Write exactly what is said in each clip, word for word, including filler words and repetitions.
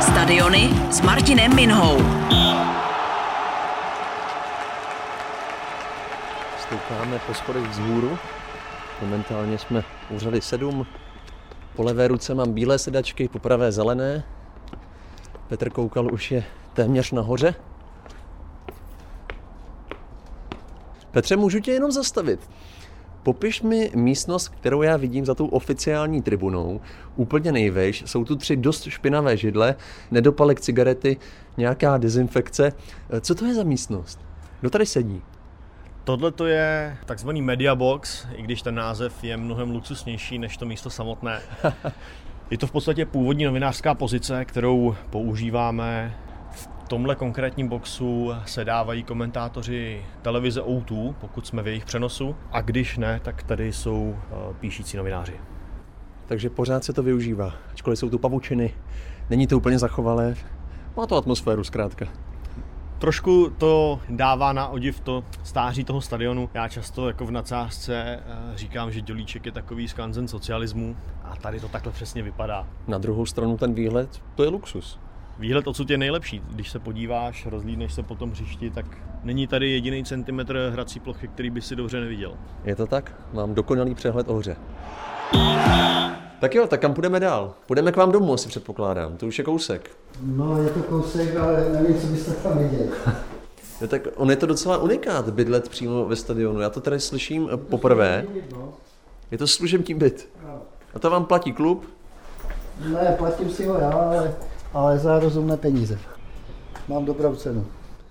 Stadiony s Martinem Minhou. Stoupáme po schodech vzhůru. Momentálně jsme u řady sedm. Po levé ruce mám bílé sedačky, po pravé zelené. Petr Koukal už je téměř nahoře. Petře, můžu tě jenom zastavit. Popiš mi místnost, kterou já vidím za tou oficiální tribunou. Úplně nejvejš, jsou tu tři dost špinavé židle, nedopalek cigarety, nějaká dezinfekce. Co to je za místnost? Kdo tady sedí? Tohle to je takzvaný media box, i když ten název je mnohem luxusnější než to místo samotné. Je to v podstatě původní novinářská pozice, kterou používáme. V tomhle konkrétním boxu se dávají komentátoři televize O dva, pokud jsme v jejich přenosu, a když ne, tak tady jsou píšící novináři. Takže pořád se to využívá, ačkoliv jsou tu pavučiny, není to úplně zachovalé, má to atmosféru zkrátka. Trošku to dává na odiv to stáří toho stadionu. Já často jako v nadsázce říkám, že Dělíček je takový skanzen socialismu a tady to takhle přesně vypadá. Na druhou stranu ten výhled, to je luxus. Výhled odsud je nejlepší. Když se podíváš, rozhlídneš se po tom hřišti, tak není tady jediný centimetr hrací plochy, který by si dobře neviděl. Je to tak? Mám dokonalý přehled o hře. Tak jo, tak kam půjdeme dál? Půjdeme k vám domů, asi předpokládám. To už je kousek. No, je to kousek, ale nevím, co byste tam viděli. Jo, tak on je to docela unikát, bydlet přímo ve stadionu. Já to tady slyším poprvé. Je to služební byt. A to vám platí klub? Ne, platím si ho já, ale, ale za rozumné peníze. Mám dobrou cenu.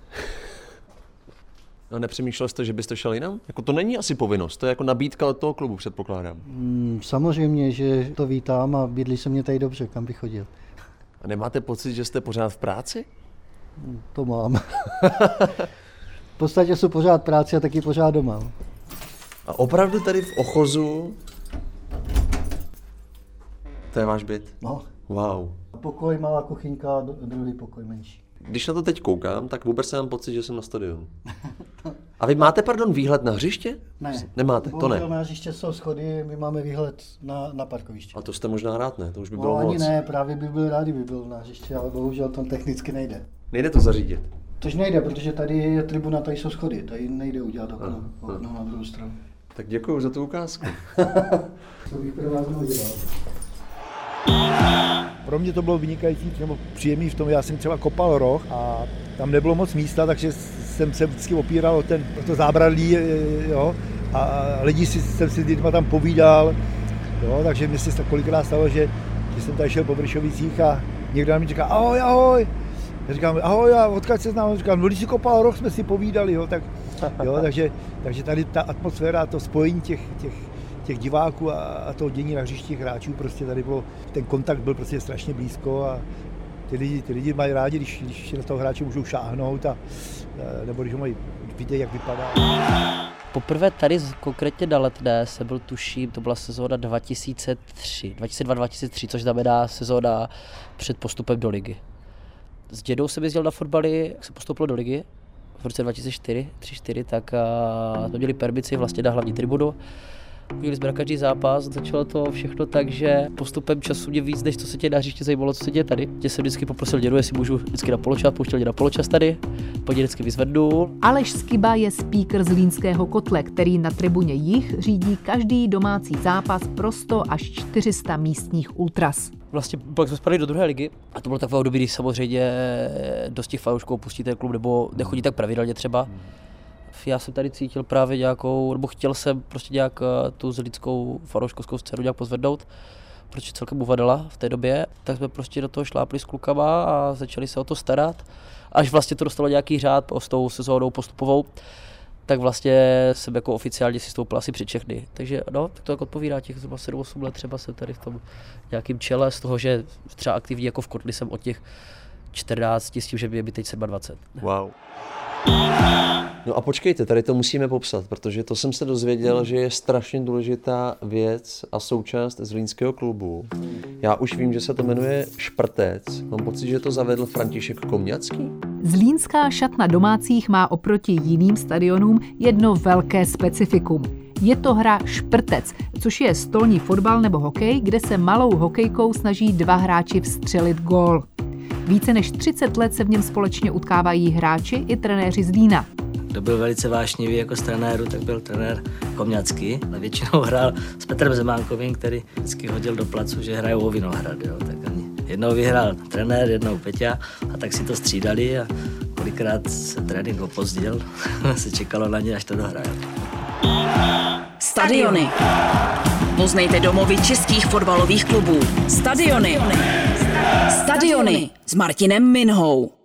No, nepřemýšlel jste, že byste šel jinam? Jako to není asi povinnost, to je jako nabídka od toho klubu, předpokládám. Mm, samozřejmě, že to vítám a bydlí se mě tady dobře, kam bych chodil. A nemáte pocit, že jste pořád v práci? To mám. V podstatě jsou pořád v práci a taky pořád doma. A opravdu tady v Ochozu, to je váš byt? No. Wow. Pokoj, malá kuchyňka, druhý pokoj menší. Když na to teď koukám, tak vůbec nemám pocit, že jsem na stadionu. A vy máte, pardon, výhled na hřiště? Ne. Nemáte, to ne. Na hřiště jsou schody, my máme výhled na, na parkoviště. A to jste možná rád, ne? To už by no, bylo ani moc. ne, právě by byl rád, kdyby byl na hřiště, ale bohužel to technicky nejde. Nejde to zařídit? Tož nejde, protože tady je tribuna, tady jsou schody, tady nejde udělat okno, okno na druhou stranu. Tak děkuju za tu ukázku. To bych pro vás neudělal. Pro mě to bylo vynikající, nebo příjemný v tom, já jsem třeba kopal roh a tam nebylo moc místa, takže jsem se vždycky opíral o, ten, o to zábradlí, jo, a lidi si, jsem si s lidma tam povídal, jo, takže mi se kolikrát stalo, že, že jsem tady šel po Vršovicích a někdo mi říká ahoj, ahoj, já říkám ahoj, a odkud se znám, říkám, no když si kopal roh, jsme si povídali, jo, tak, jo, takže, takže tady ta atmosféra, to spojení těch, těch těch diváků a, a toho dění na hřištích hráčů, prostě tady bylo, ten kontakt byl prostě strašně blízko a ty lidi, ty lidi mají rádi, když, když na toho hráče můžou šáhnout a, nebo když ho mají vidět, jak vypadá. Poprvé tady konkrétně na Letné se byl, tuším, to byla sezóna dva tisíce tři, dva tisíce dva dva tisíce tři, což znamená sezóna před postupem do ligy. S dědou jsem jezdil na fotbaly, jak se postoupilo do ligy v roce dva tisíce čtyři, tři čtyři, tak a, jsme měli permici vlastně na hlavní tribunu. Viděli jsme na každý zápas, začalo to všechno tak, že postupem času mě víc, než co se tě na hřiště zajímalo, co se děje tady. Tě jsem vždycky poprosil dědu, jestli můžu vždycky na poločas, pouštěl mě na poločas tady, pak vždycky vyzvednul. Aleš Skiba je speaker z Zlínského kotle, který na tribuně Jih řídí každý domácí zápas pro sto až čtyři sta místních ultras. Vlastně pak jsme spadli do druhé ligy a to bylo takové období, když samozřejmě dost těch fanoušků opustí ten klub nebo nechodí tak pravidelně třeba. Já jsem tady cítil právě nějakou, nebo chtěl jsem prostě nějak tu zlínskou fanouškovskou scénu nějak pozvednout, protože celkem uvadala v té době, tak jsme prostě do toho šlápli s klukama a začali se o to starat. Až vlastně to dostalo nějaký řád s tou sezónou postupovou, tak vlastně jsem jako oficiálně si stoupil asi před všechny. Takže no, tak to jako odpovídá těch zhruba sedm osm let, třeba jsem tady v tom nějakým čele z toho, že třeba aktivní jako v kotli jsem od těch čtrnácti s tím, že je mi teď dvacet sedm. Wow. No a počkejte, tady to musíme popsat, protože to jsem se dozvěděl, že je strašně důležitá věc a součást zlínského klubu. Já už vím, že se to jmenuje Šprtec. Mám pocit, že to zavedl František Komňacký. Zlínská šatna domácích má oproti jiným stadionům jedno velké specifikum. Je to hra Šprtec, což je stolní fotbal nebo hokej, kde se malou hokejkou snaží dva hráči vstřelit gól. Více než třicet let se v něm společně utkávají hráči i trenéři Zlína. Kdo byl velice vášnivý jako z trenéru, tak byl trenér Komňacký. Ale většinou hrál s Petrem Zemánkovým, který vždycky hodil do placu, že hrajou o Vinohrad. Jo. Tak oni jednou vyhrál trenér, jednou Peťa a tak si to střídali a kolikrát se trénink opozdil, se čekalo na ně, až to dohraje. Stadiony. Poznejte domovy českých fotbalových klubů. Stadiony. Stadiony s Martinem Minhou.